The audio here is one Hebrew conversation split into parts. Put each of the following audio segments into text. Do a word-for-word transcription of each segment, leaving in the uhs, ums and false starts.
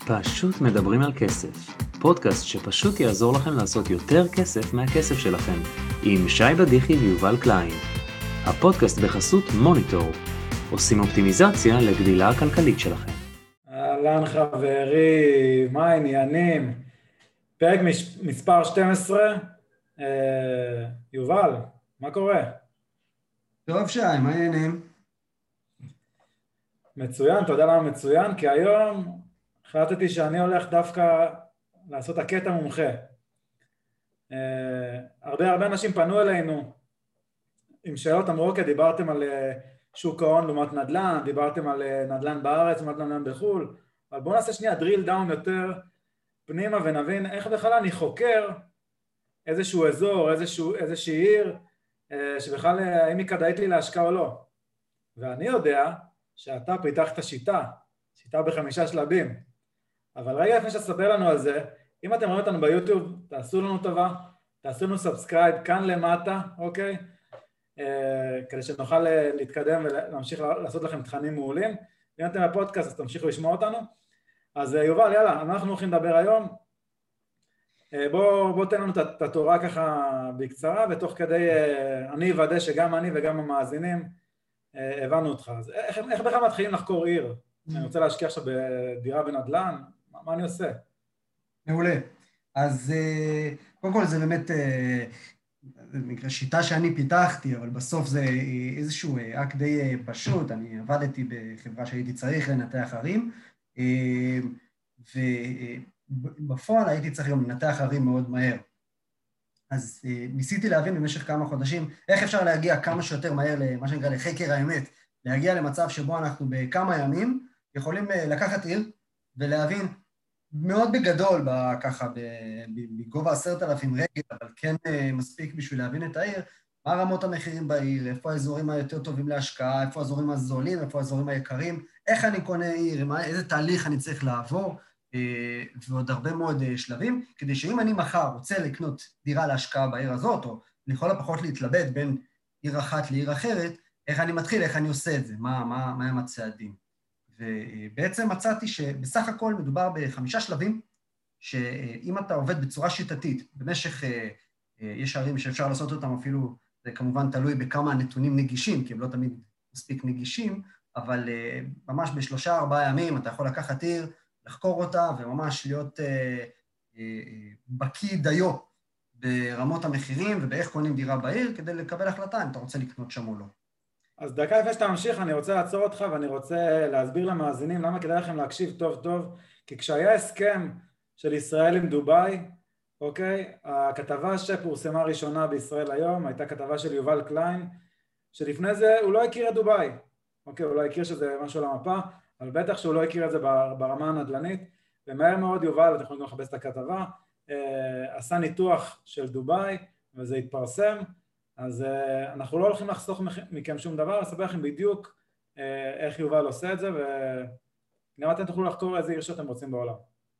פשוט מדברים על כסף, פודקאסט שפשוט יעזור לכם לעשות יותר כסף מהכסף שלכם, עם שי בדיחי ויובל קליין. הפודקאסט בחסות מוניטור, עושים אופטימיזציה לגדילה הכלכלית שלכם. אהלן חברי, מה העניינים? פרק מש... מספר שתים עשרה, אה, יובל, מה קורה? טוב שי, מה העניינים? מצוין, אתה יודע למה מצוין? כי היום החלטתי שאני הולך דווקא לעשות הקטע מומחה. אה, הרבה הרבה אנשים פנו אלינו עם שאלות, אמרו, אוקיי, דיברתם על שוק ההון לעומת נדל"ן, דיברתם על נדל"ן בארץ לעומת נדל"ן בחו"ל, אבל בואו נעשה שנייה drill down יותר פנימה ונבין איך בכלל אני חוקר איזשהו אזור, איזשהו, איזושהי עיר, שבכלל האם היא כדאית לי להשקעה או לא. ואני יודע שאתה פיתחת שיטה, שיטה בחמישה שלבים. אבל רגע לפני שתספר לנו על זה, אם אתם רואים אותנו ביוטיוב, תעשו לנו טובה, תעשו לנו סאבסקרייב כאן למטה, אוקיי? כדי שנוכל להתקדם ולהמשיך לעשות לכם תכנים מעולים. אם אתם בפודקאסט, אז תמשיכו לשמוע אותנו. אז יובל, יאללה, אנחנו הולכים לדבר היום. בוא, בוא תן לנו את התורה ככה בקצרה, ותוך כדי אני אוודא שגם אני וגם המאזינים הבנו אותך. אז איך, איך בכלל מתחילים לחקור עיר? אני רוצה להשקיע עכשיו בדירה בנדל"ן, מה, מה אני עושה? מעולה. אז קודם כל זה באמת שיטה שאני פיתחתי, אבל בסוף זה איזשהו אקט די פשוט. אני עבדתי בחברה שהייתי צריך לנתח ערים, ובפועל הייתי צריך גם לנתח ערים מאוד מהר. אז ניסיתי להבין במשך כמה חודשים איך אפשר להגיע כמה שיותר מהר למה שנקרא לחקר האמת, להגיע למצב שבו אנחנו בכמה ימים יכולים לקחת עיר ולהבין מאוד בגדול, ככה בגובה עשרת אלפים רגל, אבל כן מספיק בשביל להבין את העיר, מה רמות המחירים בעיר, איפה האזורים היותר טובים להשקעה, איפה האזורים הזולים, איפה האזורים היקרים, איך אני קונה עיר, איזה תהליך אני צריך לעבור, ועוד הרבה מאוד שלבים, כדי שאם אני מחר רוצה לקנות דירה להשקעה בעיר הזאת, או לכל הפחות להתלבט בין עיר אחת לעיר אחרת, איך אני מתחיל, איך אני עושה את זה, מה, מה, מה הם הצעדים. ובעצם מצאתי שבסך הכל מדובר בחמישה שלבים, שאם אתה עובד בצורה שיטתית, במשך, יש ערים שאפשר לעשות אותם אפילו, זה כמובן תלוי בכמה הנתונים נגישים, כי הם לא תמיד מספיק נגישים, אבל ממש בשלושה ארבעה ימים אתה יכול לקחת עיר, לחקור אותה וממש להיות בקיא דיו ברמות המחירים ובאיך קונים דירה בעיר, כדי לקבל החלטה אם אתה רוצה לקנות שם או לא. אז דקה לפני שאתה ממשיך, אני רוצה לעצור אותך ואני רוצה להסביר למאזינים למה כדאי לכם להקשיב טוב טוב, כי כשהיה הסכם של ישראל עם דובאי, אוקיי, הכתבה שפורסמה ראשונה בישראל היום, הייתה כתבה של יובל קליין, שלפני זה הוא לא הכיר את דובאי, אוקיי, הוא לא הכיר שזה משהו למפה, אבל בטח שהוא לא הכיר את זה ברמה הנדל"נית, ומהר מאוד יובל, אתם יכולים גם לחפש את הכתבה, עשה ניתוח של דובאי, וזה התפרסם, אז uh, אנחנו לא הולכים לחסוך מכם שום דבר, אספר לכם בדיוק uh, איך יובל עושה את זה, וגם אתם תוכלו לחקור איזה עיר שאתם רוצים בעולם.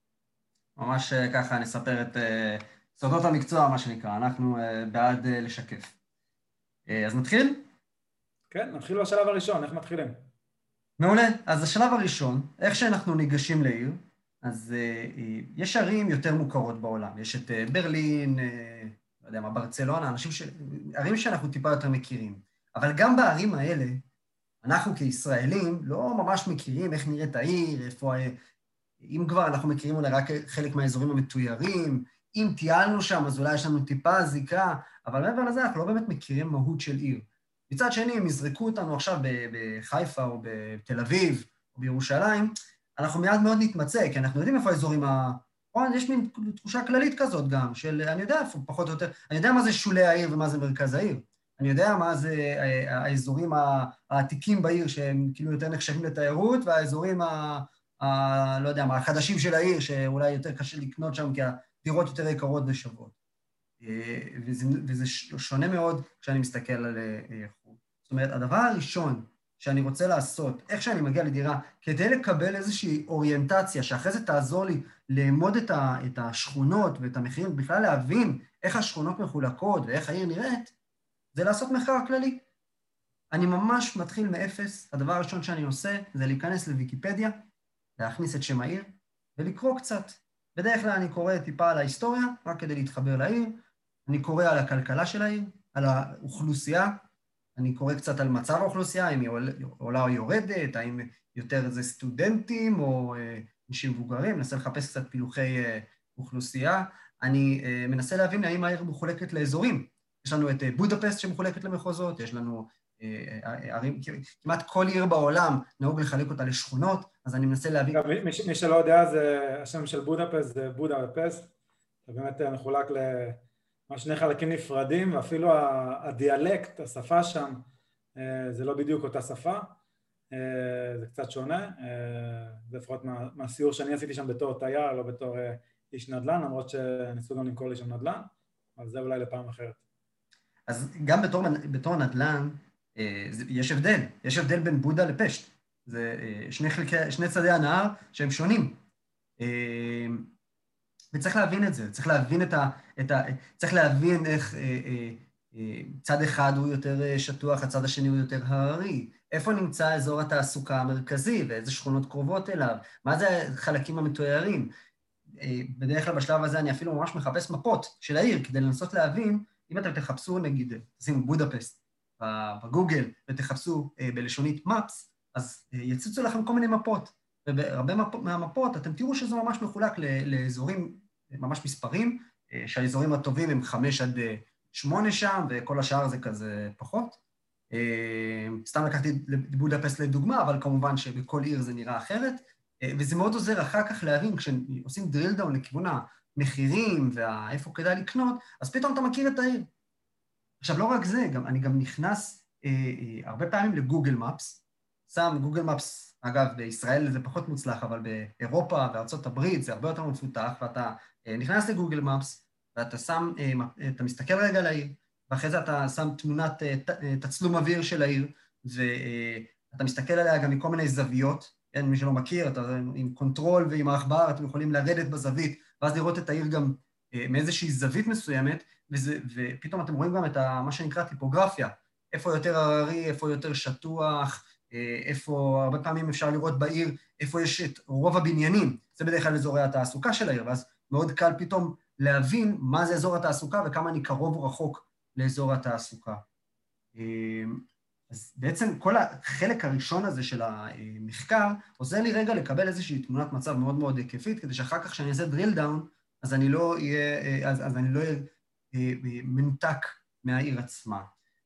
ממש uh, ככה נספר את uh, סודות המקצוע, מה שנקרא, אנחנו uh, בעד uh, לשקף. Uh, אז נתחיל? כן, נתחיל בשלב הראשון, איך מתחילים? מעולה, אז השלב הראשון, איך שאנחנו ניגשים לעיר, אז uh, uh, יש ערים יותר מוכרות בעולם, יש את uh, ברלין, uh, לא יודע מה, ברצלונה, אנשים ש... ערים שאנחנו טיפה יותר מכירים. אבל גם בערים האלה, אנחנו כישראלים לא ממש מכירים איך נראית העיר, איפה... אם כבר אנחנו מכירים אולי רק חלק מהאזורים המתוירים, אם טיילנו שם, אז אולי יש לנו טיפה זיקה, אבל מעבר לזה אנחנו לא באמת מכירים מהות של עיר. מצד שני, אם יזרקו אותנו עכשיו בחיפה או בתל אביב או בירושלים, אנחנו מיד מאוד נתמצא, כי אנחנו יודעים איפה האזורים ה... יש מין תחושה כללית כזאת גם, של אני יודע איפה פחות או יותר, אני יודע מה זה שולי העיר ומה זה מרכז העיר. אני יודע מה זה האזורים העתיקים בעיר שהם כאילו יותר נחשבים לתיירות, והאזורים ה... ה... לא יודע מה, החדשים של העיר שאולי יותר קשה לקנות שם, כי הדירות יותר יקרות ושוות. וזה, וזה שונה מאוד כשאני מסתכל על חו"ל. זאת אומרת, הדבר הראשון שאני רוצה לעשות, איך שאני מגיע לדירה, כדי לקבל איזושהי אוריינטציה, שאחרי זה תעזור לי לאמוד את, ה, את השכונות ואת המחירים, בכלל להבין איך השכונות מחולקות ואיך העיר נראית, זה לעשות מחקר כללי. אני ממש מתחיל מאפס, הדבר הראשון שאני עושה זה להיכנס לוויקיפדיה, להכניס את שם העיר, ולקרוא קצת. בדרך כלל אני קורא טיפה על ההיסטוריה, רק כדי להתחבר לעיר. אני קורא על הכלכלה של העיר, על האוכלוסייה. אני קורא קצת על מצב האוכלוסייה, האם היא עולה או יורדת, האם יותר איזה סטודנטים או אנשים מבוגרים, מנסה לחפש קצת פילוחי אוכלוסייה. אני מנסה להבין האם העיר מחולקת לאזורים. יש לנו את בודפסט שמחולקת למחוזות, יש לנו ערים, כמעט כל עיר בעולם נהוג לחלק אותה לשכונות, אז אני מנסה להבין... מי שלא יודע, זה השם של בודפסט, זה בודפסט, זה באמת מחולק לשני חלקים נפרדים, ואפילו הדיאלקט, השפה שם, זה לא בדיוק אותה שפה, זה קצת שונה, זה לפחות מהסיור שאני עשיתי שם בתור תייר, לא בתור איש נדל"ן, למרות שניסו גם למכור לי שם נדל"ן, אבל זה אולי לפעם אחרת. אז גם בתור, בתור נדל"ן, יש הבדל, יש הבדל בין בודה לפשט. זה שני, חלקי, שני צדי הנהר שהם שונים. וצריך להבין את זה, צריך להבין את ה... את ה צריך להבין איך צד אחד הוא יותר שטוח, הצד השני הוא יותר הררי. איפה נמצא אזור התעסוקה המרכזי, ואיזה שכונות קרובות אליו, מה זה החלקים המתוארים. בדרך כלל בשלב הזה אני אפילו ממש מחפש מפות של העיר, כדי לנסות להבין, אם אתם תחפשו, נגיד, תשימו בודפסט בגוגל, ותחפשו בלשונית מפס, אז יצוצו לכם כל מיני מפות, ובהרבה מהמפות אתם תראו שזה ממש מחולק לאזורים, ממש מספרים, שהאזורים הטובים הם חמש עד שמונה שם, וכל השאר זה כזה פחות. סתם לקחתי בודפסט לדוגמה, אבל כמובן שבכל עיר זה נראה אחרת, וזה מאוד עוזר אחר כך להבין, כשעושים דריל דאון לכיוון המחירים ואיפה כדאי לקנות, אז פתאום אתה מכיר את העיר. עכשיו, לא רק זה, גם, אני גם נכנס אה, אה, הרבה פעמים לגוגל מפס, שם גוגל מפס, אגב, בישראל זה פחות מוצלח, אבל באירופה וארצות הברית זה הרבה יותר מפותח, ואתה אה, נכנס לגוגל מפס, ואתה שם, אה, אתה מסתכל רגע על העיר, ואחרי זה אתה שם תמונת אה, ת, אה, תצלום אוויר של העיר, ואתה מסתכל עליה גם מכל מיני זוויות, כן, מי שלא מכיר, אתה עם קונטרול ועם העכבר, אתם יכולים לרדת בזווית, ואז לראות את העיר גם אה, מאיזושהי זווית מסוימת, וזה, ופתאום אתם רואים גם את ה, מה שנקרא טיפוגרפיה, איפה יותר הררי, איפה יותר שטוח, איפה הרבה פעמים אפשר לראות בעיר, איפה יש את רוב הבניינים, זה בדרך כלל אזורי התעסוקה של העיר, ואז מאוד קל פתאום להבין מה זה אזור התעסוקה וכמה אני קרוב או רחוק לאזור התעסוקה. אז בעצם כל החלק הראשון הזה של המחקר עוזר לי רגע לקבל איזושהי תמונת מצב מאוד מאוד היקפית, כדי שאחר כך כשאני אעשה drill down, אז אני לא אהיה, אז, אז אני לא אהיה מנותק מהעיר עצמה.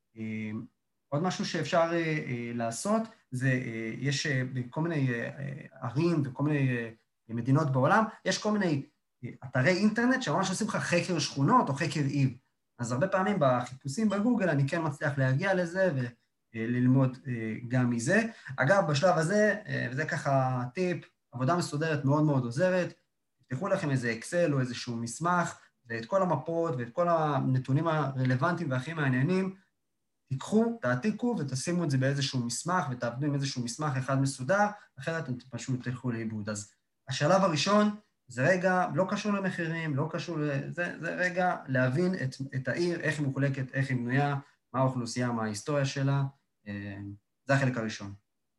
עוד משהו שאפשר לעשות, זה יש בכל מיני ערים וכל מיני מדינות בעולם, יש כל מיני אתרי אינטרנט שממש עושים לך חקר שכונות או חקר עיר. אז הרבה פעמים בחיפושים בגוגל אני כן מצליח להגיע לזה וללמוד גם מזה. אגב, בשלב הזה, וזה ככה טיפ, עבודה מסודרת מאוד מאוד עוזרת, תפתחו לכם איזה אקסל או איזשהו מסמך, ואת כל המפות ואת כל הנתונים הרלוונטיים והכי מעניינים, תיקחו, תעתיקו ותשימו את זה באיזשהו מסמך, ותעבדו עם איזשהו מסמך אחד מסודר, אחרת אתם פשוט תלכו לאיבוד. אז השלב הראשון זה רגע, לא קשור למחירים, לא קשור, זה, זה רגע להבין את, את העיר, איך היא מחולקת, איך היא בנויה, מה האוכלוסייה, מה ההיסטוריה שלה, זה החלק הראשון.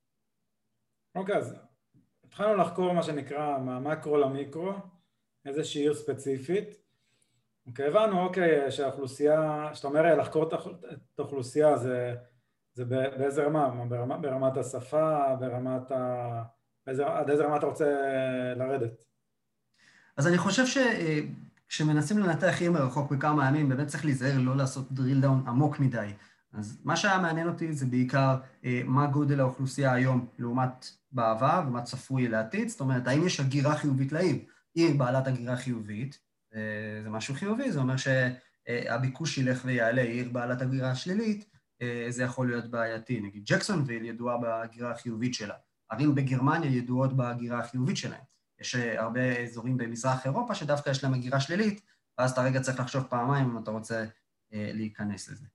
אוקיי, אז התחלנו לחקור מה שנקרא מהמקרו למיקרו, איזושהי עיר ספציפית, אוקיי, הבנו, אוקיי, שהאוכלוסייה, שאתה אומר לחקור את האוכלוסייה, זה, זה באיזה רמה? ברמה, ברמת השפה, ברמת ה... באיזה, עד איזה רמה אתה רוצה לרדת? אז אני חושב שכשמנסים לנתח עיר מרחוק בכמה ימים, באמת צריך להיזהר לא לעשות drill down עמוק מדי. אז מה שהיה מעניין אותי זה בעיקר מה גודל האוכלוסייה היום לעומת בעבר ומה צפוי לעתיד, זאת אומרת, האם יש הגירה חיובית לעיר? עיר בעלת הגירה חיובית, זה משהו חיובי, זה אומר שהביקוש ילך ויעלה, עיר בעלת הגירה שלילית, זה יכול להיות בעייתי. נגיד, ג'קסונוויל ידועה בהגירה החיובית שלה, ערים בגרמניה ידועות בהגירה החיובית שלהם. יש הרבה אזורים במזרח אירופה שדווקא יש להם הגירה שלילית, ואז אתה רגע צריך לחשוב פעמיים אם אתה רוצה להיכנס לזה.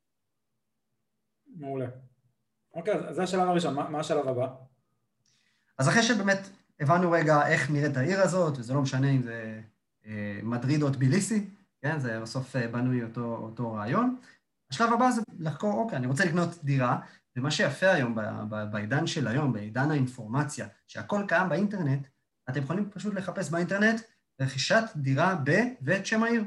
מעולה. אוקיי, זה השלב הראשון, מה, מה השלב הבא? אז אחרי שבאמת הבנו רגע איך נראית העיר הזאת, וזה לא משנה אם זה מדריד או טביליסי, כן, זה בסוף בנוי אותו, אותו רעיון. השלב הבא זה לחקור, אוקיי, אני רוצה לקנות דירה, ומה שיפה היום בעידן של היום, בעידן האינפורמציה, שהכל קיים באינטרנט, אתם יכולים פשוט לחפש באינטרנט רכישת דירה ב... ואת שם העיר.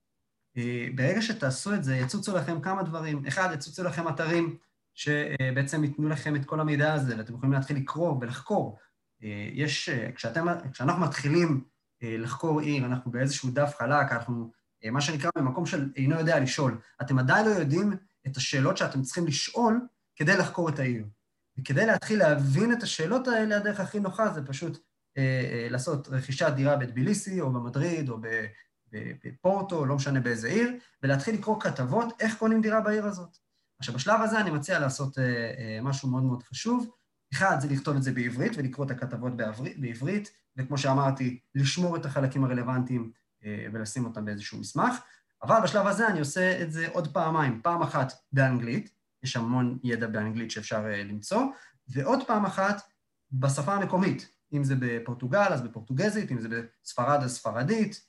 ברגע שתעשו את זה, יצוצו לכם כמה דברים. אחד, יצוצו לכם אתרים שבעצם ייתנו לכם את כל המידע הזה, ואתם יכולים להתחיל לקרוא ולחקור. יש, כשאתם, כשאנחנו מתחילים לחקור עיר, אנחנו באיזשהו דף חלק, אנחנו, מה שנקרא, במקום של אינו יודע לשאול. אתם עדיין לא יודעים את השאלות שאתם צריכים לשאול כדי לחקור את העיר. וכדי להתחיל להבין את השאלות האלה, הדרך הכי נוחה זה פשוט לעשות רכישת דירה בטביליסי, או במדריד, או בפורטו, לא משנה באיזה עיר, ולהתחיל לקרוא כתבות איך קונים דירה בעיר הזאת. עכשיו, בשלב הזה אני מציע לעשות משהו מאוד מאוד חשוב. אחד, זה לכתוב את זה בעברית, ולקרוא את הכתבות בעברית, וכמו שאמרתי, לשמור את החלקים הרלוונטיים ולשים אותם באיזשהו מסמך. אבל בשלב הזה אני עושה את זה עוד פעמיים, פעם אחת באנגלית, יש המון ידע באנגלית שאפשר למצוא, ועוד פעם אחת בשפה המקומית, אם זה בפורטוגל, אז בפורטוגזית, אם זה בספרד, אז ספרדית,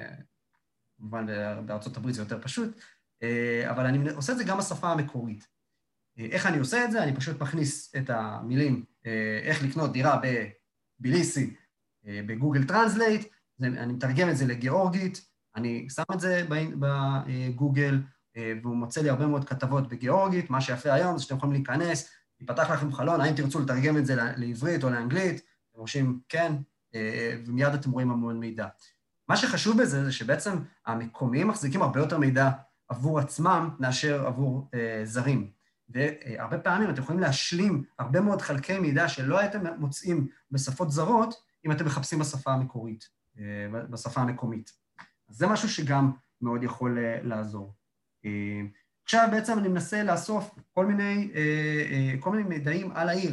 כמובן בארצות הברית זה יותר פשוט, אבל אני עושה את זה גם בשפה המקורית. איך אני עושה את זה? אני פשוט מכניס את המילים, איך לקנות דירה בטביליסי, בגוגל טרנסלייט, אני מתרגם את זה לגיאורגית, אני שם את זה בגוגל, והוא מוצא לי הרבה מאוד כתבות בגיאורגית. מה שיפה היום זה שאתם יכולים להיכנס, ייפתח לכם חלון, האם תרצו לתרגם את זה לעברית או לאנגלית, אתם חושבים כן, ומיד אתם רואים המון מידע. מה שחשוב בזה זה שבעצם המקומיים מחזיקים הרבה יותר מידע עבור עצמם מאשר עבור אה, זרים. והרבה פעמים אתם יכולים להשלים הרבה מאוד חלקי מידע שלא הייתם מוצאים בשפות זרות, אם אתם מחפשים בשפה המקורית, אה, בשפה המקומית. אז זה משהו שגם מאוד יכול אה, לעזור. אה, עכשיו בעצם אני מנסה לאסוף כל מיני, אה, אה, כל מיני מידעים על העיר,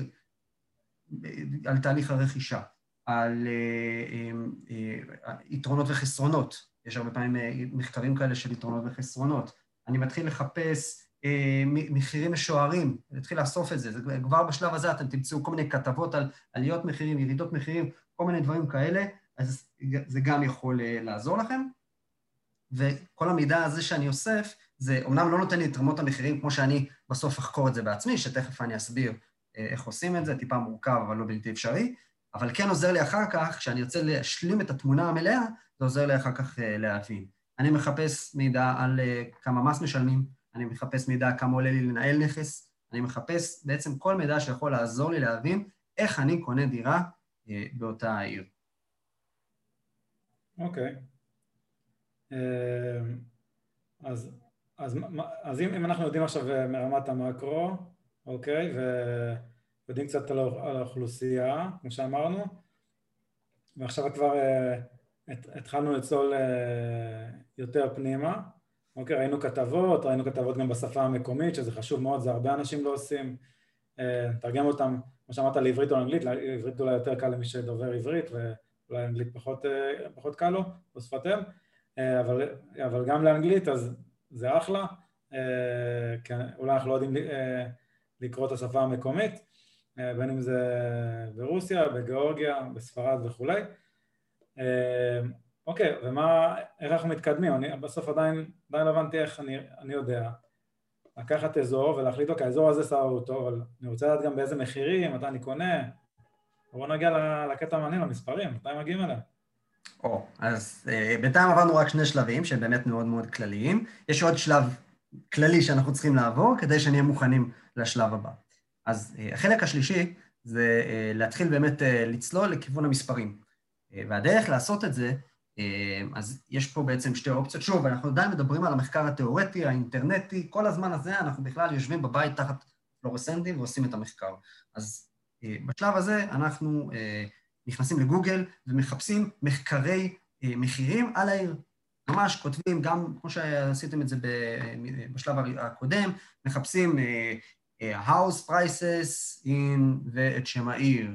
על תהליך הרכישה, על uh, uh, uh, יתרונות וחסרונות. יש הרבה פעמים uh, מחקרים כאלה של יתרונות וחסרונות. אני מתחיל לחפש uh, מחירים משוערים, להתחיל לאסוף את זה. זה. כבר בשלב הזה אתם תמצאו כל מיני כתבות על עליות מחירים, ירידות מחירים, כל מיני דברים כאלה, אז זה גם יכול uh, לעזור לכם. וכל המידע הזה שאני אוסף, זה אומנם לא נותן לי את רמות המחירים, כמו שאני בסוף אחקור את זה בעצמי, שתכף אני אסביר איך עושים את זה, טיפה מורכב, אבל לא בלתי אפשרי, אבל כן עוזר לי אחר כך, כשאני רוצה להשלים את התמונה המלאה, זה עוזר לי אחר כך להבין. אני מחפש מידע על כמה מס משלמים, אני מחפש מידע כמה עולה לי לנהל נכס, אני מחפש בעצם כל מידע שיכול לעזור לי להבין איך אני קונה דירה באותה העיר. אוקיי. אז, אז, אז אם, אם אנחנו יודעים עכשיו מרמת המקרו, אוקיי, ויודעים קצת על האוכלוסייה, כמו שאמרנו, ועכשיו כבר התחלנו לצלול יותר פנימה, אוקיי, ראינו כתבות, ראינו כתבות גם בשפה המקומית, שזה חשוב מאוד, זה הרבה אנשים לא עושים, תרגם אותם, כמו שאמרת, לעברית או לאנגלית, לעברית אולי יותר קל למי שדובר עברית, ואולי אנגלית פחות, פחות קל לו, או שפתם, אבל, אבל גם לאנגלית, אז זה אחלה, כי אולי אנחנו לא יודעים לקרוא את השפה המקומית, בין אם זה ברוסיה, בגיאורגיה, בספרד וכו'. אוקיי, ומה, איך אנחנו מתקדמים? אני בסוף עדיין, עדיין הבנתי איך אני, אני יודע לקחת אזור ולהחליט, אוקיי, האזור הזה סבבה הוא טוב, אבל אני רוצה לדעת גם באיזה מחירים, מתי אני קונה. בואו נגיע לקטע המעניין, למספרים, מתי מגיעים אליהם? או, אז בינתיים עברנו רק שני שלבים שהם באמת מאוד מאוד כלליים. יש עוד שלב כללי שאנחנו צריכים לעבור כדי שנהיה מוכנים לשלב הבא. אז החלק השלישי זה להתחיל באמת לצלול לכיוון המספרים. והדרך לעשות את זה, אז יש פה בעצם שתי אופציות. שוב, אנחנו עדיין מדברים על המחקר התיאורטי, האינטרנטי, כל הזמן הזה אנחנו בכלל יושבים בבית תחת פלורסנטים ועושים את המחקר. אז בשלב הזה אנחנו נכנסים לגוגל ומחפשים מחקרי מחירים על העיר. ממש כותבים, גם כמו שעשיתם את זה בשלב הקודם, מחפשים house prices in ואת שם העיר,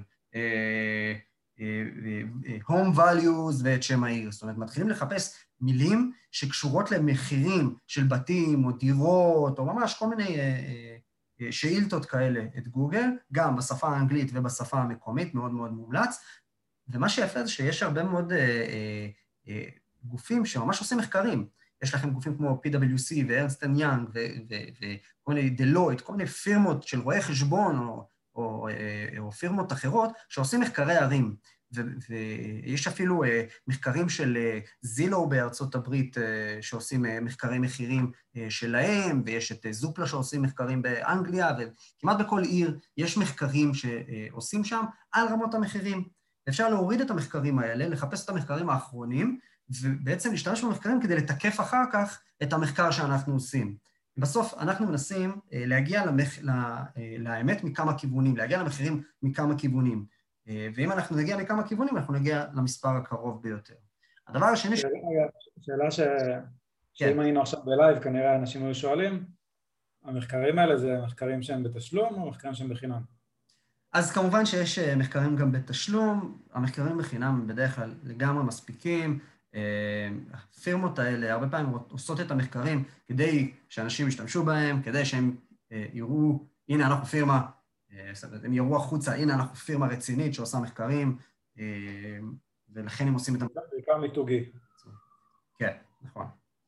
home values ואת שם העיר. זאת אומרת, מתחילים לחפש מילים שקשורות למחירים של בתים או דירות, או ממש כל מיני שאילתות כאלה את גוגל, גם בשפה האנגלית ובשפה המקומית, מאוד מאוד מומלץ. ומה שיפה זה שיש הרבה מאוד גופים שממש עושים מחקרים. יש לכם גופים כמו פי דאבליו סי וארנסט אנד יאנג וכל מיני דלויט, כל מיני פירמות של רואי חשבון או, או, או פירמות אחרות שעושים מחקרי ערים. ויש אפילו מחקרים של זילו בארצות הברית שעושים מחקרי מחירים שלהם, ויש את זופלה שעושים מחקרים באנגליה, וכמעט בכל עיר יש מחקרים שעושים שם על רמות המחירים. אפשר להוריד את המחקרים האלה, לחפש את המחקרים האחרונים, ובעצם להשתמש במחקרים כדי לתקף אחר כך את המחקר שאנחנו עושים. בסוף אנחנו מנסים להגיע למח... לאמת מכמה כיוונים, להגיע למחירים מכמה כיוונים. ואם אנחנו נגיע מכמה כיוונים, אנחנו נגיע למספר הקרוב ביותר. הדבר השני... שאלה, שאלה ש... שאם היינו עכשיו בלייב, כנראה אנשים היו שואלים, המחקרים האלה זה מחקרים שהם בתשלום או מחקרים שהם בחינם? אז כמובן שיש מחקרים גם בתשלום, המחקרים בחינם הם בדרך כלל לגמרי מספיקים, הפירמות האלה הרבה פעמים עושות את המחקרים כדי שאנשים ישתמשו בהם, כדי שהם יראו, הנה אנחנו פירמה, הם יראו החוצה, הנה אנחנו פירמה רצינית שעושה מחקרים, ולכן הם עושים את המחקרים. בעיקר מיתוגי. כן, נכון.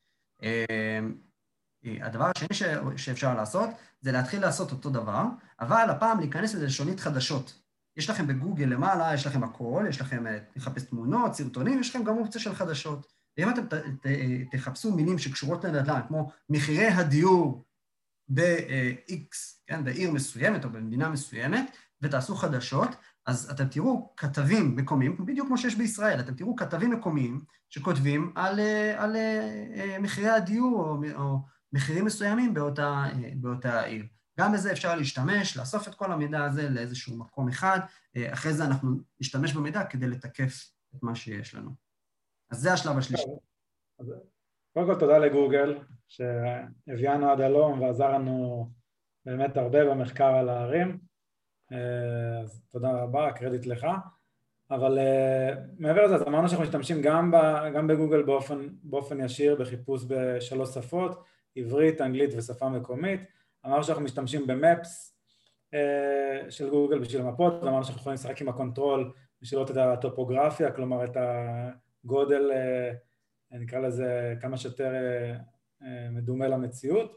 הדבר השני שאפשר לעשות, זה להתחיל לעשות אותו דבר, אבל הפעם להיכנס ללשונית חדשות. יש לכם בגוגל למעלה, יש לכם הכל, יש לכם לחפש תמונות, סרטונים, יש לכם גם אופציה של חדשות. ואם אתם תחפשו מילים שקשורות לנדל"ן, כמו מחירי הדיור ב-X, כן, בעיר מסוימת או במדינה מסוימת, ותעשו חדשות, אז אתם תראו כתבים מקומיים, בדיוק כמו שיש בישראל, אתם תראו כתבים מקומיים שכותבים על, על מחירי הדיור או, או מחירים מסוימים באותה, באותה עיר. גם בזה אפשר להשתמש, לאסוף את כל המידע הזה לאיזשהו מקום אחד, אחרי זה אנחנו נשתמש במידע כדי לתקף את מה שיש לנו. אז זה השלב השלישי. קודם כל תודה לגוגל, שהביאנו עד הלום ועזר לנו באמת הרבה במחקר על הערים, אז תודה רבה, קרדיט לך. אבל מעבר לזה, אז אמרנו שאנחנו משתמשים גם, גם בגוגל באופן, באופן ישיר, בחיפוש בשלוש שפות, עברית, אנגלית ושפה מקומית. אמרנו שאנחנו משתמשים במפס של גוגל בשביל המפות, ואמרנו שאנחנו יכולים לשחק עם הקונטרול בשביל לראות את הטופוגרפיה, כלומר את הגודל, נקרא לזה כמה שיותר מדומה למציאות,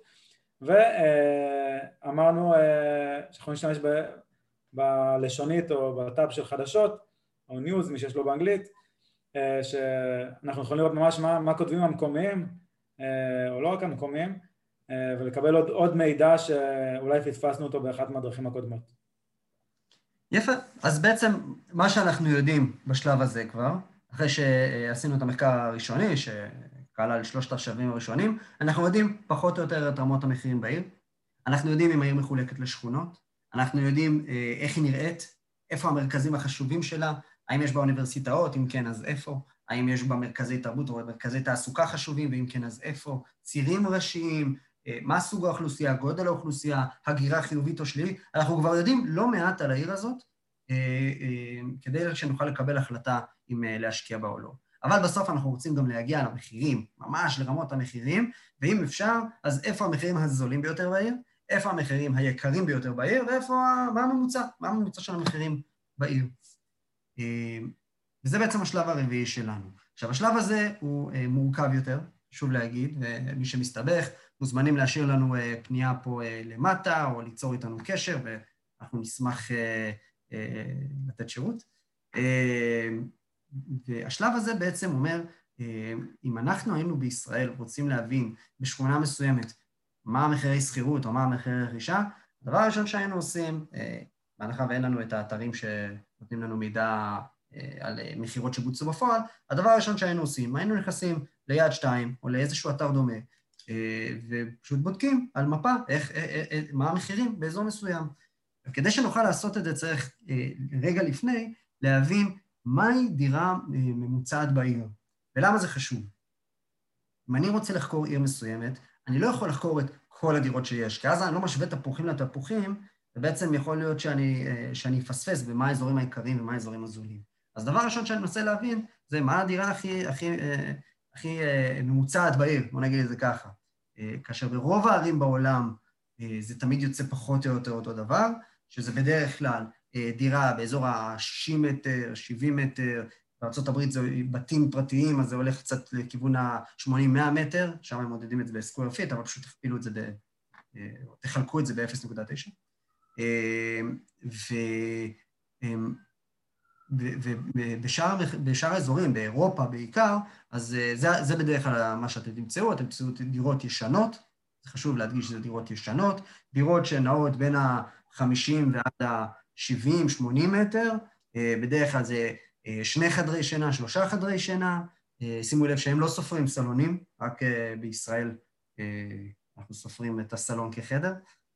ואמרנו שאנחנו נשתמש בלשונית או בטאב של חדשות, או ניוז, מי שיש לו באנגלית, שאנחנו יכולים לראות ממש מה, מה כותבים המקומיים, או לא רק המקומיים, ולקבל עוד, עוד מידע שאולי פספסנו אותו באחת מהדרכים הקודמות. יפה, אז בעצם מה שאנחנו יודעים בשלב הזה כבר, אחרי שעשינו את המחקר הראשוני, שכלל שלושת השלבים הראשונים, אנחנו יודעים פחות או יותר את רמות המחירים בעיר, אנחנו יודעים אם העיר מחולקת לשכונות, אנחנו יודעים איך היא נראית, איפה המרכזים החשובים שלה, האם יש בה אוניברסיטאות, אם כן אז איפה, האם יש בה מרכזי תרבות או מרכזי תעסוקה חשובים, ואם כן אז איפה, צירים ראשיים, מה סוג האוכלוסייה, גודל האוכלוסייה, הגירה חיובית או שלילית, אנחנו כבר יודעים לא מעט על העיר הזאת, כדי שנוכל לקבל החלטה אם להשקיע בה או לא. אבל בסוף אנחנו רוצים גם להגיע למחירים, ממש לרמות המחירים, ואם אפשר, אז איפה המחירים הזולים ביותר בעיר, איפה המחירים היקרים ביותר בעיר, ואיפה, מה הממוצע, מה הממוצע של המחירים בעיר. וזה בעצם השלב הרביעי שלנו. עכשיו, השלב הזה הוא מורכב יותר, שוב להגיד, ומי שמסתבך, מוזמנים להשאיר לנו פנייה פה למטה, או ליצור איתנו קשר, ואנחנו נשמח לתת שירות. והשלב הזה בעצם אומר, אם אנחנו היינו בישראל רוצים להבין בשכונה מסוימת מה המחירי שכירות או מה המחירי רכישה, הדבר הראשון שהיינו עושים, בהנחה ואין לנו את האתרים שנותנים לנו מידע על מחירות שבוצעו בפועל, הדבר הראשון שהיינו עושים, היינו נכנסים ליד שתיים או לאיזשהו אתר דומה, ופשוט בודקים על מפה איך, מה המחירים באזור מסוים. כדי שנוכל לעשות את זה צריך רגע לפני להבין מהי דירה ממוצעת בעיר, ולמה זה חשוב. אם אני רוצה לחקור עיר מסוימת, אני לא יכול לחקור את כל הדירות שיש, כי אז אני לא משווה תפוחים לתפוחים, ובעצם יכול להיות שאני, שאני אפספס במה האזורים העיקריים ומה האזורים הזולים. אז דבר ראשון שאני מנסה להבין, זה מה הדירה הכי, הכי, הכי ממוצעת בעיר, בוא נגיד את זה ככה. כאשר ברוב הערים בעולם זה תמיד יוצא פחות או יותר אותו דבר, שזה בדרך כלל דירה באזור ה-שישים מטר, שבעים מטר, בארצות הברית זה בתים פרטיים, אז זה הולך קצת לכיוון ה-שמונים מאה מטר, שם הם מודדים את זה בסקוואר פיט, אבל פשוט תכפילו את זה, ב, תחלקו את זה ב-אפס נקודה תשע. ובשאר האזורים, באירופה בעיקר, אז זה, זה בדרך כלל מה שאתם תמצאו, אתם תמצאו דירות ישנות, זה חשוב להדגיש שזה דירות ישנות, דירות שנעות בין ה-חמישים ועד ה-שבעים שמונים מטר, בדרך כלל זה שני חדרי שינה, שלושה חדרי שינה, שימו לב שהם לא סופרים סלונים, רק בישראל אנחנו סופרים את הסלון כחדר,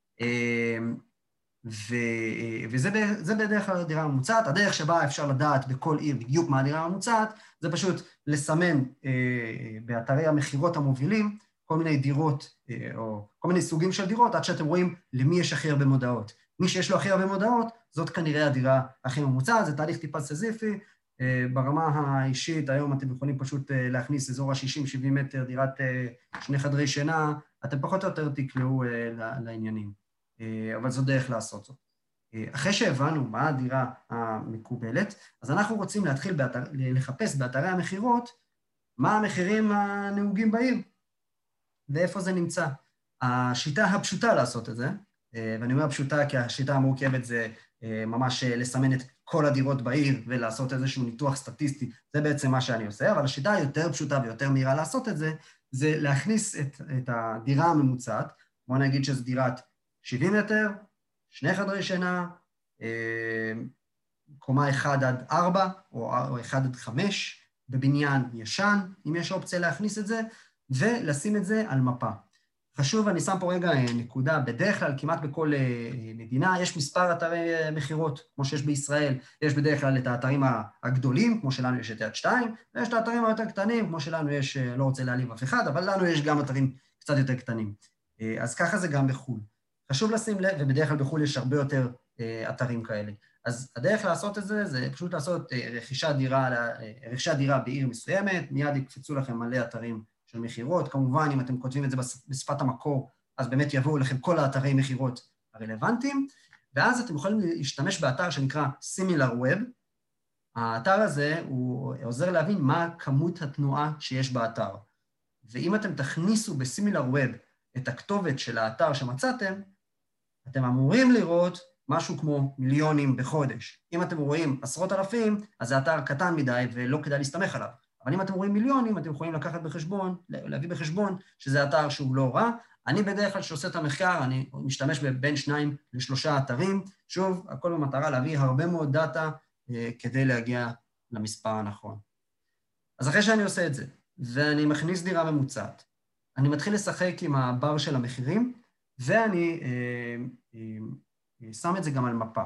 וזה בדרך כלל הדירה הממוצעת. הדרך שבה אפשר לדעת בכל עיר בדיוק מה הדירה הממוצעת, זה פשוט לסמן באתרי המחירות המובילים כל מיני דירות, או כל מיני סוגים של דירות, עד שאתם רואים למי יש הכי הרבה מודעות. מי שיש לו הכי הרבה מודעות, זאת כנראה הדירה הכי ממוצעת, זה תהליך טיפה סזיפי. ברמה האישית, היום אתם יכולים פשוט להכניס אזור ה-שישים שבעים מטר, דירת שני חדרי שינה, אתם פחות או יותר תקלעו לעניינים. אבל זו דרך לעשות זאת. אחרי שהבנו מה הדירה המקובלת, אז אנחנו רוצים להתחיל באתר, לחפש באתרי המחירות מה המחירים הנהוגים בעיר, ואיפה זה נמצא. השיטה הפשוטה לעשות את זה, ואני אומר פשוטה כי השיטה המורכבת זה ממש לסמן את כל הדירות בעיר ולעשות איזשהו ניתוח סטטיסטי, זה בעצם מה שאני עושה, אבל השיטה היותר פשוטה ויותר מהירה לעשות את זה, זה להכניס את, את הדירה הממוצעת, בוא נגיד שזו דירת שבעים מטר, שני חדרי שינה, קומה אחד עד ארבע, או אחד עד חמש, בבניין ישן, אם יש אופציה להכניס את זה, ולשים את זה על מפה. חשוב, אני שם פה רגע נקודה, בדרך כלל כמעט בכל מדינה יש מספר אתרי מחירות, כמו שיש בישראל, יש בדרך כלל את האתרים הגדולים, כמו שלנו יש את יד שתיים, ויש את האתרים היותר קטנים, כמו שלנו יש, לא רוצה להעליב אף אחד, אבל לנו יש גם אתרים קצת יותר קטנים. אז ככה זה גם בחו"ל. חשוב לשים לב, ובדרך כלל בחו"ל יש הרבה יותר אתרים כאלה. אז הדרך לעשות את זה, זה פשוט לעשות רכישת דירה, רכישת דירה בעיר מסוימת, מיד יקפצו לכם מלא אתרים של מחירות. כמובן, אם אתם כותבים את זה בשפת המקור, אז באמת יבואו לכם כל האתרי מחירות הרלוונטיים, ואז אתם יכולים להשתמש באתר שנקרא SimilarWeb. האתר הזה הוא עוזר להבין מה כמות התנועה שיש באתר. ואם אתם תכניסו ב-SimilarWeb את הכתובת של האתר שמצאתם, אתם אמורים לראות משהו כמו מיליונים בחודש. אם אתם רואים עשרות אלפים, אז זה אתר קטן מדי ולא כדאי להסתמך עליו. אבל אם אתם רואים מיליונים, אתם יכולים לקחת בחשבון, להביא בחשבון שזה אתר שהוא לא רע. אני בדרך כלל שעושה את המחקר, אני משתמש בין שניים לשלושה אתרים. שוב, הכל במטרה להביא הרבה מאוד דאטה אה, כדי להגיע למספר הנכון. אז אחרי שאני עושה את זה, ואני מכניס דירה ממוצעת, אני מתחיל לשחק עם הבר של המחירים, ואני אה, אה, שם את זה גם על מפה.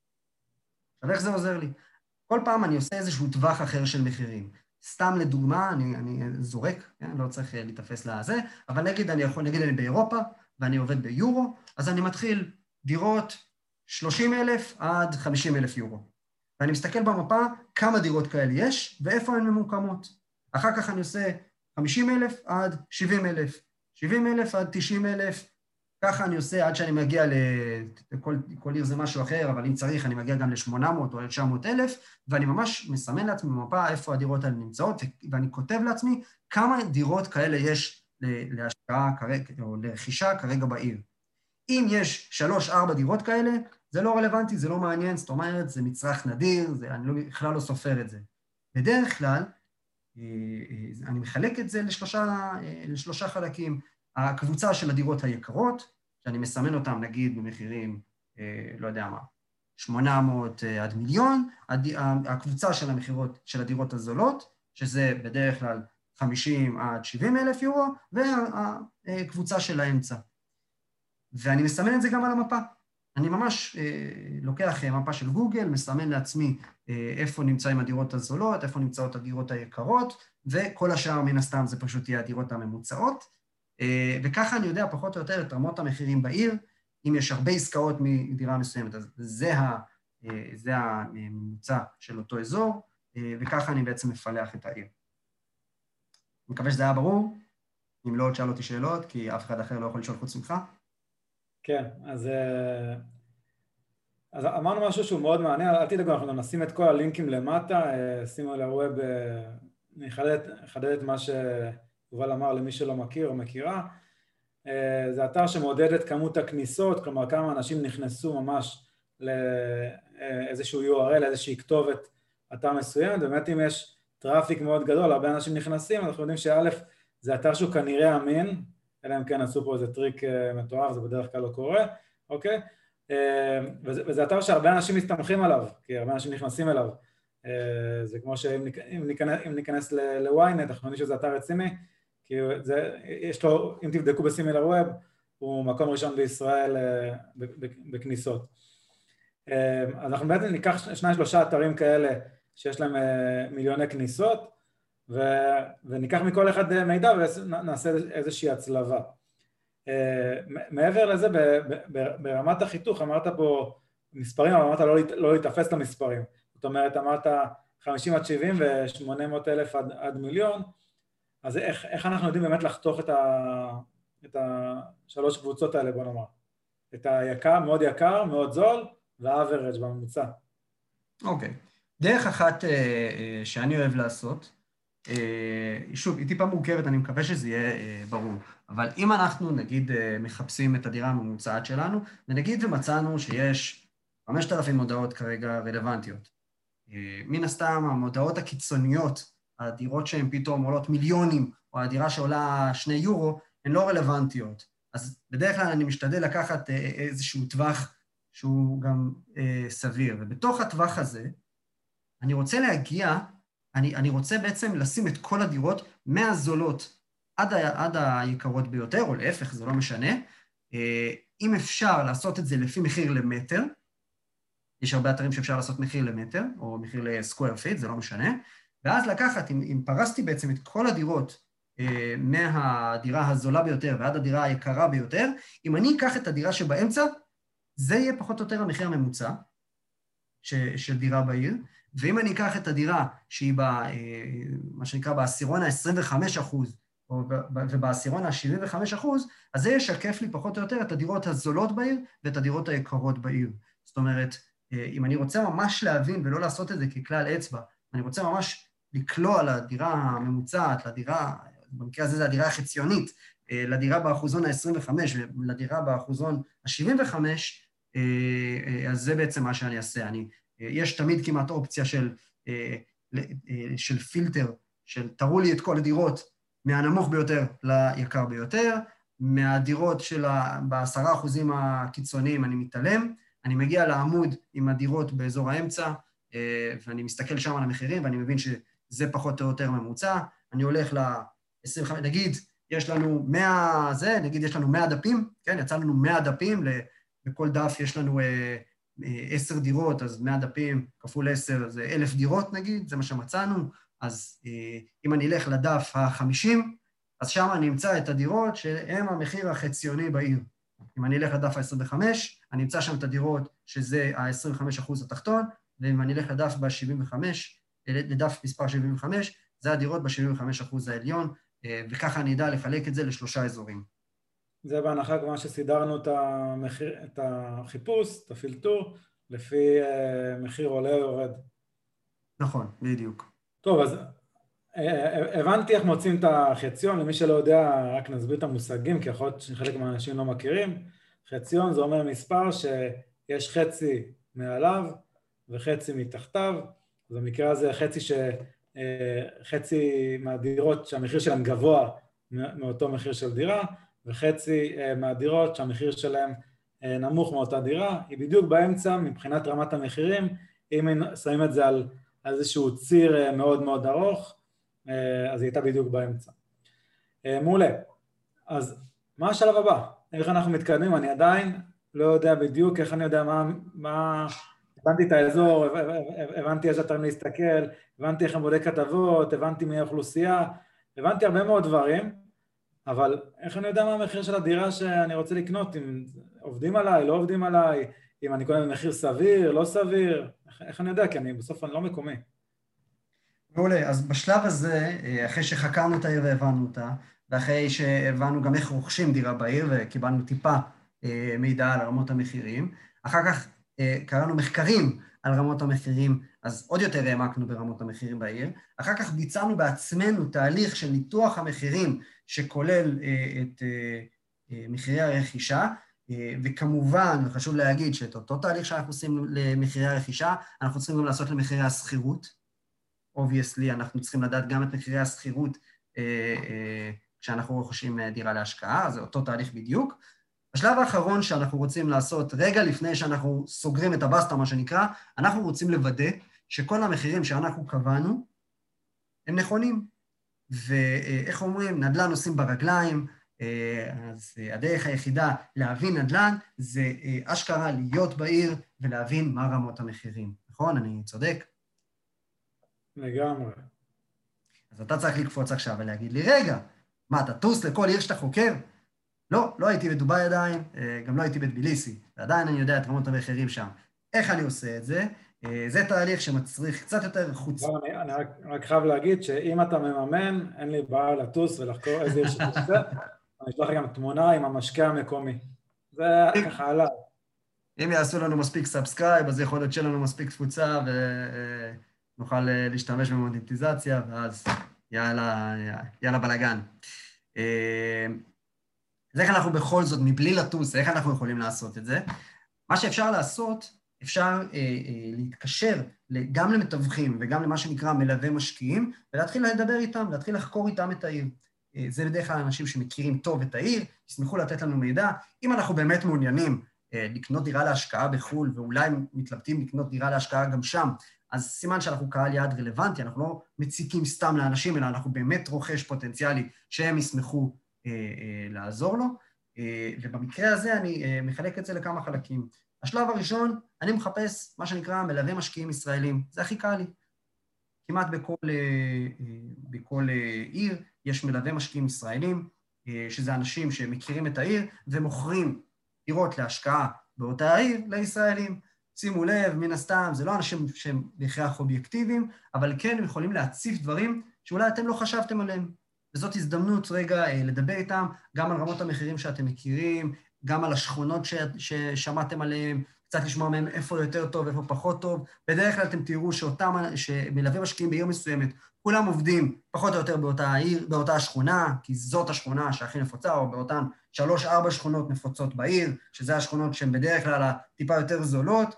עכשיו, איך זה עוזר לי? כל פעם אני עושה איזשהו טווח אחר של מחירים. סתם לדוגמה, אני, אני זורק, כן? לא צריך להתאפס לזה, אבל נגיד אני יכול, נגיד אני באירופה, ואני עובד ביורו, אז אני מתחיל דירות שלושים אלף עד חמישים אלף יורו. ואני מסתכל במפה כמה דירות כאלה יש, ואיפה הן ממוקמות. אחר כך אני עושה חמישים אלף עד שבעים אלף, שבעים אלף עד תשעים אלף, ככה אני עושה עד שאני מגיע לכל כל עיר זה משהו אחר, אבל אם צריך אני מגיע גם ל-שמונה מאות או ל-תשע מאות אלף, ואני ממש מסמן לעצמי במפה איפה הדירות האלה נמצאות, ואני כותב לעצמי כמה דירות כאלה יש להשקעה או לרכישה כרגע בעיר. אם יש שלוש, ארבע דירות כאלה, זה לא רלוונטי, זה לא מעניין, זאת אומרת, זה מצרך נדיר, זה, אני לא, בכלל לא סופר את זה. בדרך כלל, אני מחלק את זה לשלושה, לשלושה חלקים. הקבוצה של הדירות היקרות, שאני מסמן אותם, נגיד, במחירים, לא יודע מה, שמונה מאות עד מיליון, הקבוצה של המחירות של הדירות הזולות, שזה בדרך כלל חמישים עד שבעים אלף יורו, והקבוצה של האמצע. ואני מסמן את זה גם על המפה. אני ממש לוקח מפה של גוגל, מסמן לעצמי איפה נמצאים הדירות הזולות, איפה נמצאות הדירות היקרות, וכל השאר מן הסתם זה פשוט יהיה הדירות הממוצעות. וככה אני יודע פחות או יותר את רמות המחירים בעיר, אם יש הרבה עסקאות מדירה מסוימת, אז זה, ה, זה הממוצע של אותו אזור, וככה אני בעצם מפלח את העיר. אני מקווה שזה היה ברור, אם לא, תשאל אותי שאלות, כי אף אחד אחר לא יכול לשאול חוץ ממך. כן, אז, אז אמרנו משהו שהוא מאוד מעניין, אל תדאגו, אנחנו נשים את כל הלינקים למטה, שימו לווב, אני אחדד את מה שיובל אמר למי שלא מכיר או מכירה, זה אתר שמעודד את כמות הכניסות, כלומר כמה אנשים נכנסו ממש לאיזשהו יו אר אל, איזושהי כתובת אתר מסוים, באמת אם יש טראפיק מאוד גדול, הרבה אנשים נכנסים, אנחנו יודעים שא' זה אתר שהוא כנראה אמין, אלא אם כן עשו פה איזה טריק מטורף, זה בדרך כלל לא קורה, אוקיי? וזה, וזה אתר שהרבה אנשים מסתמכים עליו, כי הרבה אנשים נכנסים אליו. זה כמו שאם ניכנס, אם ניכנס ל-ynet, אנחנו יודעים שזה אתר רציני, כי זה, יש לו, אם תבדקו בסימילר ווב, הוא מקום ראשון בישראל בכניסות. אז אנחנו בעצם ניקח שניים שלושה אתרים כאלה שיש להם מיליוני כניסות, וניקח מכל אחד מידע ונעשה איזושהי הצלבה. מעבר לזה, ברמת החיתוך, אמרת פה מספרים, אבל אמרת לא להתאפס למספרים. זאת אומרת, אמרת חמישים עד שבעים ו-שמונה מאות אלף עד מיליון, אז איך, איך אנחנו יודעים באמת לחתוך את, ה, את השלוש קבוצות האלה, בוא נאמר? את היקר, מאוד יקר, מאוד זול, וה-average בממוצע. אוקיי. דרך אחת שאני אוהב לעשות, שוב, היא טיפה מורכבת, אני מקווה שזה יהיה ברור, אבל אם אנחנו נגיד מחפשים את הדירה הממוצעת שלנו, ונגיד ומצאנו שיש חמשת אלפים מודעות כרגע רלוונטיות. מן הסתם, המודעות הקיצוניות, הדירות שהן פתאום עולות מיליונים, או הדירה שעולה שני יורו, הן לא רלוונטיות. אז בדרך כלל אני משתדל לקחת איזשהו טווח שהוא גם סביר, ובתוך הטווח הזה, אני רוצה להגיע, אני, אני רוצה בעצם לשים את כל הדירות מהזולות עד, ה, עד היקרות ביותר, או להפך, זה לא משנה. אם אפשר לעשות את זה לפי מחיר למטר, יש הרבה אתרים שאפשר לעשות מחיר למטר, או מחיר לסקוואר פיט, זה לא משנה, ואז לקחת, אם, אם פרסתי בעצם את כל הדירות אה, מהדירה הזולה ביותר ועד הדירה היקרה ביותר, אם אני אקח את הדירה שבאמצע, זה יהיה פחות או יותר המחיר הממוצע ש, של דירה בעיר, ואם אני אקח את הדירה שהיא ב, אה, מה שנקרא בעשירון ה-עשרים וחמישה אחוז, ובעשירון ה-שבעים וחמישה אחוז, אז זה ישקף לי פחות או יותר את הדירות הזולות בעיר ואת הדירות היקרות בעיר. זאת אומרת, אם אני רוצה ממש להבין ולא לעשות את זה ככלל אצבע, אני רוצה ממש לקלוע לדירה הממוצעת, לדירה, במקרה הזה זה הדירה החציונית, לדירה באחוזון ה-עשרים וחמש ולדירה באחוזון ה-שבעים וחמש, אז זה בעצם מה שאני אעשה. אני, יש תמיד כמעט אופציה של, של פילטר, של תראו לי את כל הדירות מהנמוך ביותר ליקר ביותר, מהדירות של בעשרה אחוזים הקיצוניים אני מתעלם, אני מגיע לעמוד עם הדירות באזור האמצע, ואני מסתכל שם על המחירים, ואני מבין שזה פחות או יותר ממוצע, אני הולך ל-עשרים וחמש, נגיד, יש לנו מאה, זה, נגיד, יש לנו מאה דפים, כן, יצא לנו מאה דפים, בכל דף יש לנו עשר דירות, אז מאה דפים כפול עשר, זה אלף דירות, נגיד, זה מה שמצאנו, אז אם אני אלך לדף ה-חמישים, אז שם אני אמצא את הדירות שהם המחיר החציוני בעיר. אם אני אלך לדף ה-עשרים וחמש, אני אמצא שם את הדירות שזה ה-עשרים וחמישה אחוז התחתון, ואם אני אלך לדף ב-שבעים וחמש, לדף מספר שבעים וחמש, זה הדירות ב-שבעים וחמישה אחוז העליון, וככה אני אדע לחלק את זה לשלושה אזורים. זה בהנחה כמו שסידרנו את, המחיר, את החיפוש, את הפילטור, לפי מחיר עולה או יורד. נכון, בדיוק. טוב, אז הבנתי איך מוצאים את החציון, למי שלא יודע, רק נסביר את המושגים, כי יכול להיות שחלק מהאנשים לא מכירים. חציון זה אומר מספר שיש חצי מעליו וחצי מתחתיו, אז במקרה הזה חצי, ש... חצי מהדירות שהמחיר שלהם גבוה מאותו מחיר של דירה, וחצי מהדירות שהמחיר שלהם נמוך מאותה דירה, היא בדיוק באמצע מבחינת רמת המחירים, אם שמים את זה על איזשהו ציר מאוד מאוד ארוך, אז היא הייתה בדיוק באמצע. מעולה. אז מה השלב הבא? איך אנחנו מתקדמים? אני עדיין לא יודע בדיוק איך אני יודע מה... מה... הבנתי את האזור, הבנתי איזה אתרים להסתכל, הבנתי איך הם בודק כתבות, הבנתי מי האוכלוסייה, הבנתי הרבה מאוד דברים, אבל איך אני יודע מה המחיר של הדירה שאני רוצה לקנות, אם עובדים עליי, לא עובדים עליי, אם אני קונה במחיר סביר, לא סביר, איך, איך אני יודע, כי אני בסוף אני לא מקומי. מעולה, אז בשלב הזה, אחרי שחקרנו את העיר והבנו אותה, ואחרי שהבנו גם איך רוכשים דירה בעיר, וקיבלנו טיפה מידע על רמות המחירים, אחר כך קראנו מחקרים על רמות המחירים, אז עוד יותר העמקנו ברמות המחירים בעיר, אחר כך ביצענו בעצמנו תהליך של ניתוח המחירים, שכולל את מחירי הרכישה, וכמובן, חשוב להגיד שאת אותו תהליך שאנחנו עושים למחירי הרכישה, אנחנו צריכים גם לעשות למחירי הסחירות. Obviously, אנחנו צריכים לדעת גם את מחירי הסחירות כשאנחנו רוכשים דירה להשקעה, זה אותו תהליך בדיוק. השלב האחרון שאנחנו רוצים לעשות, רגע לפני שאנחנו סוגרים את הבסטה, מה שנקרא, אנחנו רוצים לוודא שכל המחירים שאנחנו קבענו, הם נכונים. ואיך אומרים, נדל"ן עושים ברגליים, אז הדרך היחידה להבין נדל"ן, זה אשכרה להיות בעיר ולהבין מה רמות המחירים. נכון? אני צודק? לגמרי. אז אתה צריך לקפוץ עכשיו ולהגיד לי, רגע, מה, אתה טוס לכל עיר שאתה חוקר? לא, לא הייתי בדוביי עדיין, גם לא הייתי בטביליסי, ועדיין אני יודע את רמות המחירים שם. איך אני עושה את זה? זה תהליך שמצריך קצת יותר חוץ. לא, אני, אני רק, רק חייב להגיד שאם אתה מממן, אין לי בעיה לטוס ולחקור איזה עיר שאתה עושה, אני אשלח גם תמונה עם המשקע המקומי. זה ככה עליו. אם יעשו לנו מספיק סאבסקרייב, אז יכול להיות שלנו מספיק תפוצה, ונוכל להשתמש במוניטיזציה, ואז יאללה, יאללה בלגן. אז איך אנחנו בכל זאת, מבלי לטוס, איך אנחנו יכולים לעשות את זה? מה שאפשר לעשות, אפשר אה, אה, להתקשר גם למתווכים וגם למה שנקרא מלווה משקיעים, ולהתחיל לדבר איתם, להתחיל לחקור איתם את העיר. אה, זה בדרך כלל אנשים שמכירים טוב את העיר, ישמחו לתת לנו מידע. אם אנחנו באמת מעוניינים אה, לקנות דירה להשקעה בחו"ל, ואולי מתלבטים לקנות דירה להשקעה גם שם, אז סימן שאנחנו קהל יעד רלוונטי, אנחנו לא מציקים סתם לאנשים, אלא אנחנו באמת רוכש פוטנציאלי שהם ישמחו אה, אה, לעזור לו. אה, ובמקרה הזה אני אה, מחלק את זה לכמה חלקים. השלב הראשון, אני מחפש מה שנקרא מלווה משקיעים ישראלים. זה הכי קל לי. כמעט בכל, בכל עיר יש מלווה משקיעים ישראלים, שזה אנשים שמכירים את העיר ומוכרים דירות להשקעה באותה העיר לישראלים. שימו לב, מן הסתם, זה לא אנשים שהם בהכרח אובייקטיביים, אבל כן הם יכולים להציף דברים שאולי אתם לא חשבתם עליהם. וזאת הזדמנות רגע לדבר איתם גם על רמות המחירים שאתם מכירים, גם על השכונות ש... ששמעתם עליהם, קצת לשמוע מהם איפה יותר טוב, איפה פחות טוב. בדרך כלל אתם תראו שאותם, שמלווה משקיעים בעיר מסוימת, כולם עובדים פחות או יותר באותה העיר, באותה השכונה, כי זאת השכונה שהכי נפוצה, או באותן שלוש, ארבע שכונות נפוצות בעיר, שזה השכונות שהן בדרך כלל טיפה יותר זולות,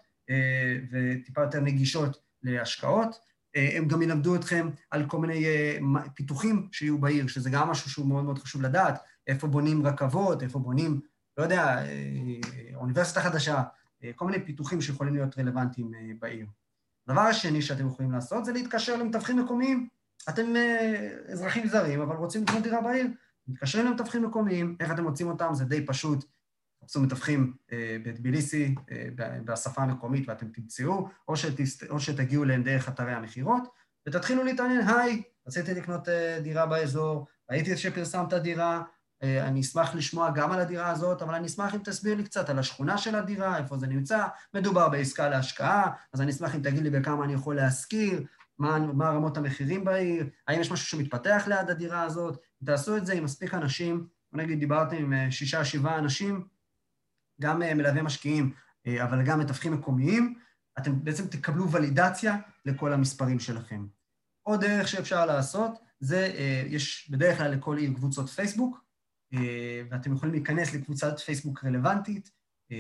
וטיפה יותר נגישות להשקעות. הם גם ילמדו אתכם על כל מיני פיתוחים שיהיו בעיר, שזה גם משהו שהוא מאוד מאוד חשוב לדעת, איפה בונים רכבות, איפה בונים, לא יודע, אוניברסיטה חדשה, כל מיני פיתוחים שיכולים להיות רלוונטיים בעיר. הדבר השני שאתם יכולים לעשות זה להתקשר למתווכים מקומיים. אתם אזרחים זרים, אבל רוצים לקנות דירה בעיר, מתקשרים למתווכים מקומיים, איך אתם מוצאים אותם? זה די פשוט. תחפשו מתווכים בטביליסי, בשפה המקומית, ואתם תמצאו, או, שתסת... או שתגיעו להם דרך אתרי המחירות, ותתחילו להתעניין, היי, רציתי לקנות דירה באזור, ראיתי שפרסמת דירה, אני אשמח לשמוע גם על הדירה הזאת, אבל אני אשמח אם תסביר לי קצת על השכונה של הדירה, איפה זה נמצא, מדובר בעסקה להשקעה, אז אני אשמח אם תגיד לי בכמה אני יכול להשכיר, מה, מה רמות המחירים בעיר, האם יש משהו שמתפתח ליד הדירה הזאת, תעשו את זה עם מספיק אנשים, נגיד דיברתם עם שישה, שבעה אנשים, גם מלווה משקיעים, אבל גם מתווכים מקומיים, אתם בעצם תקבלו ולידציה לכל המספרים שלכם. עוד דרך שאפשר לעשות, זה, יש בדרך כלל לכל עיר קבוצות פייסבוק, ואתם יכולים להיכנס לקבוצת פייסבוק רלוונטית,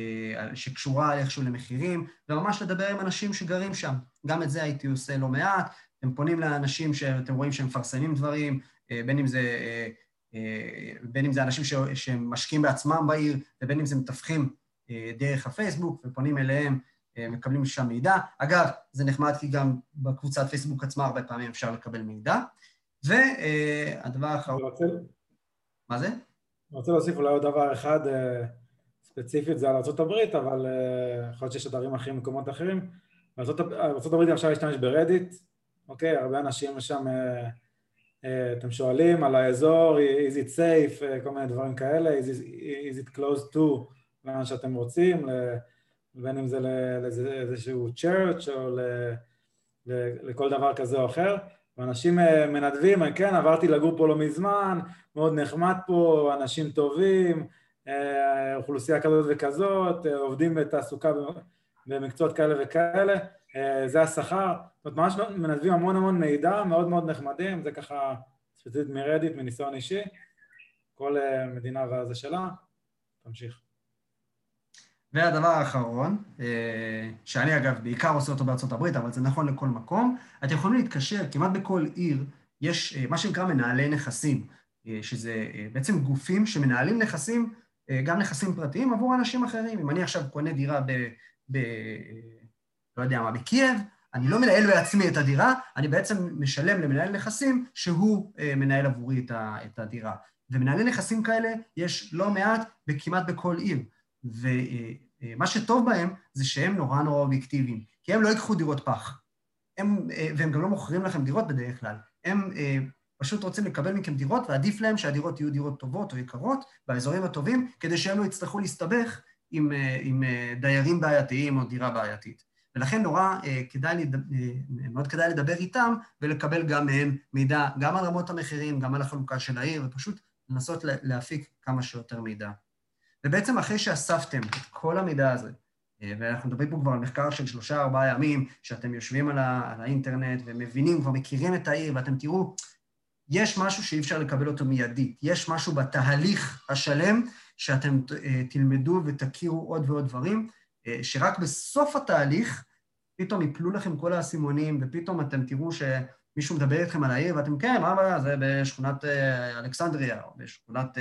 שקשורה איכשהו למחירים, וממש לדבר עם אנשים שגרים שם. גם את זה הייתי עושה לא מעט, אתם פונים לאנשים שאתם רואים שהם מפרסמים דברים, בין אם זה, בין אם זה אנשים שמשקיעים בעצמם בעיר, ובין אם זה מתווכים דרך הפייסבוק, ופונים אליהם, מקבלים שם מידע. אגב, זה נחמד כי גם בקבוצת פייסבוק עצמה הרבה פעמים אפשר לקבל מידע. והדבר האחרון... מה זה? אני רוצה להוסיף אולי עוד דבר אחד, ספציפית זה על ארצות הברית, אבל יכול להיות שיש דברים אחרים במקומות אחרים. בארצות הברית עכשיו להשתמש ברדיט, אוקיי? הרבה אנשים שם, אתם שואלים על האזור, is it safe, כל מיני דברים כאלה, is it, is it close to, לאן שאתם רוצים, בין אם זה לאיזשהו church או לכל דבר כזה או אחר. ואנשים מנדבים, כן, עברתי לגור פה לא מזמן, מאוד נחמד פה, אנשים טובים, אוכלוסייה כזאת וכזאת, עובדים בתעסוקה במקצועות כאלה וכאלה, זה השכר. זאת אומרת, ממש מנדבים המון המון מידע, מאוד מאוד נחמדים, זה ככה ספציפית מרדיט, מניסיון אישי, כל מדינה והזה שלה, תמשיך. והדבר האחרון, שאני אגב בעיקר עושה אותו בארצות הברית, אבל זה נכון לכל מקום, אתם יכולים להתקשר, כמעט בכל עיר יש מה שנקרא מנהלי נכסים, שזה בעצם גופים שמנהלים נכסים, גם נכסים פרטיים עבור אנשים אחרים. אם אני עכשיו קונה דירה ב... ב לא יודע מה, בקייב, אני לא מנהל בעצמי את הדירה, אני בעצם משלם למנהל נכסים שהוא מנהל עבורי את הדירה. ומנהלי נכסים כאלה יש לא מעט כמעט בכל עיר. ומה שטוב בהם זה שהם נורא נורא אובייקטיביים, כי הם לא ייקחו דירות פח. הם, והם גם לא מוכרים לכם דירות בדרך כלל. הם פשוט רוצים לקבל מכם דירות, ועדיף להם שהדירות יהיו דירות טובות או יקרות, באזורים הטובים, כדי שהם לא יצטרכו להסתבך עם, עם דיירים בעייתיים או דירה בעייתית. ולכן נורא כדאי, מאוד כדאי לדבר איתם, ולקבל גם מהם מידע, גם על רמות המחירים, גם על החלוקה של העיר, ופשוט לנסות להפיק כמה שיותר מידע. ובעצם אחרי שאספתם את כל המידע הזה, ואנחנו מדברים פה כבר על מחקר של שלושה, ארבעה ימים, שאתם יושבים על, ה, על האינטרנט ומבינים, כבר מכירים את העיר, ואתם תראו, יש משהו שאי אפשר לקבל אותו מיידית, יש משהו בתהליך השלם, שאתם תלמדו ותכירו עוד ועוד דברים, שרק בסוף התהליך, פתאום יפלו לכם כל האסימונים, ופתאום אתם תראו שמישהו מדבר איתכם על העיר, ואתם, כן, מה הבעיה? זה בשכונת אלכסנדריה, או בשכונת,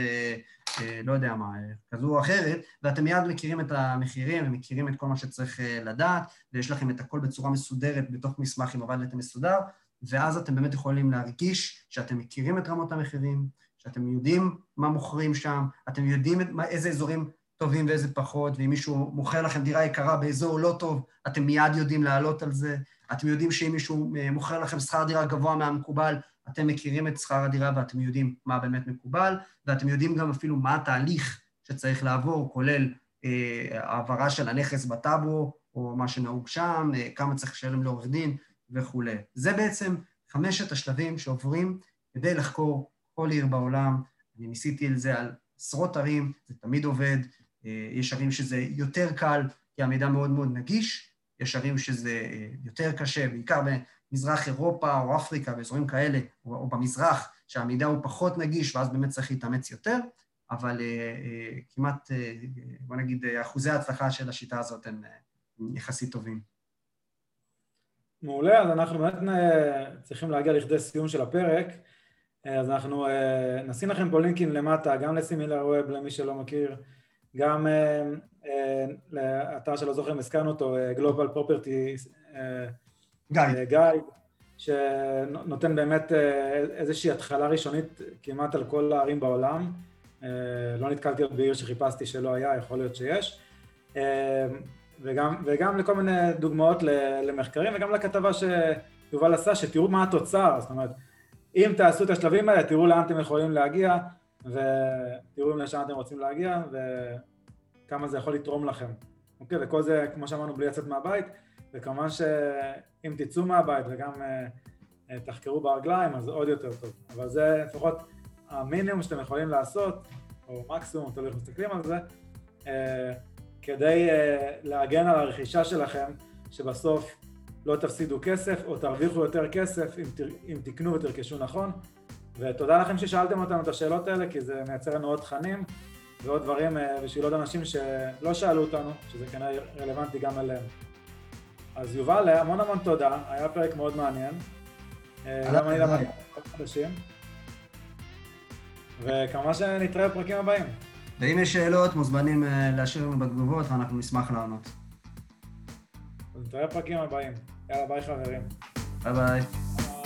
לא יודע מה, כזו או אחרת, ואתם מיד מכירים את המחירים, ומכירים את כל מה שצריך לדעת, ויש לכם את הכל בצורה מסודרת, בתוך מסמך עם עבד מסודר, ואז אתם באמת יכולים להרגיש שאתם מכירים את רמות המחירים, שאתם יודעים מה מוכרים שם, אתם יודעים איזה אזורים טובים ואיזה פחות, ואם מישהו מוכר לכם דירה יקרה באזור לא טוב, אתם מיד יודעים לעלות על זה, אתם יודעים שאם מישהו מוכר לכם שכר דירה גבוה מהמקובל, אתם מכירים את שכר הדירה ואתם יודעים מה באמת מקובל, ואתם יודעים גם אפילו מה התהליך שצריך לעבור, כולל אה, העברה של הנכס בטאבו, או מה שנהוג שם, אה, כמה צריך לשלם לעורך דין וכו'. זה בעצם חמשת השלבים שעוברים כדי לחקור כל עיר בעולם. אני ניסיתי על זה על עשרות ערים, זה תמיד עובד, יש ערים שזה יותר קל, כי המידע מאוד מאוד נגיש, יש ערים שזה יותר קשה, בעיקר במזרח אירופה או אפריקה, באזורים כאלה, או, או במזרח, שהמידע הוא פחות נגיש, ואז באמת צריך להתאמץ יותר, אבל כמעט, בוא נגיד, אחוזי ההצלחה של השיטה הזאת הם יחסית טובים. מעולה, אז אנחנו באמת צריכים להגיע לכדי סיום של הפרק, אז אנחנו נשים לכם פה לינקים למטה, גם לסימילר ווב, למי שלא מכיר, גם uh, uh, לאתר שלא זוכרים, הזכרנו אותו, uh, Global Property uh, Guide, שנותן באמת uh, איזושהי התחלה ראשונית כמעט על כל הערים בעולם. Uh, לא נתקלתי עוד בעיר שחיפשתי שלא היה, יכול להיות שיש. Uh, וגם, וגם לכל מיני דוגמאות למחקרים, וגם לכתבה שיובל עשה, שתראו מה התוצר. זאת אומרת, אם תעשו את השלבים האלה, תראו לאן אתם יכולים להגיע, ותראו אם לשם אתם רוצים להגיע, וכמה זה יכול לתרום לכם. אוקיי, וכל זה, כמו שאמרנו, בלי לצאת מהבית, וכמובן שאם תצאו מהבית וגם uh, תחקרו ברגליים, אז עוד יותר טוב. אבל זה לפחות המינימום שאתם יכולים לעשות, או מקסימום, תלוי איך מסתכלים על זה, uh, כדי uh, להגן על הרכישה שלכם, שבסוף לא תפסידו כסף, או תרוויחו יותר כסף, אם, תר... אם תקנו ותרכשו נכון. ותודה לכם ששאלתם אותנו את השאלות האלה, כי זה מייצר לנו עוד תכנים ועוד דברים בשביל עוד אנשים שלא שאלו אותנו, שזה כנראה רלוונטי גם אליהם. אז יובל, המון המון תודה, היה פרק מאוד מעניין. גם אני למדתי חדשים. וכמה שנתראה בפרקים הבאים. ואם יש שאלות, מוזמנים להשאיר לנו בתגובות, ואנחנו נשמח לענות. אז נתראה בפרקים הבאים. יאללה, ביי חברים. ביי ביי.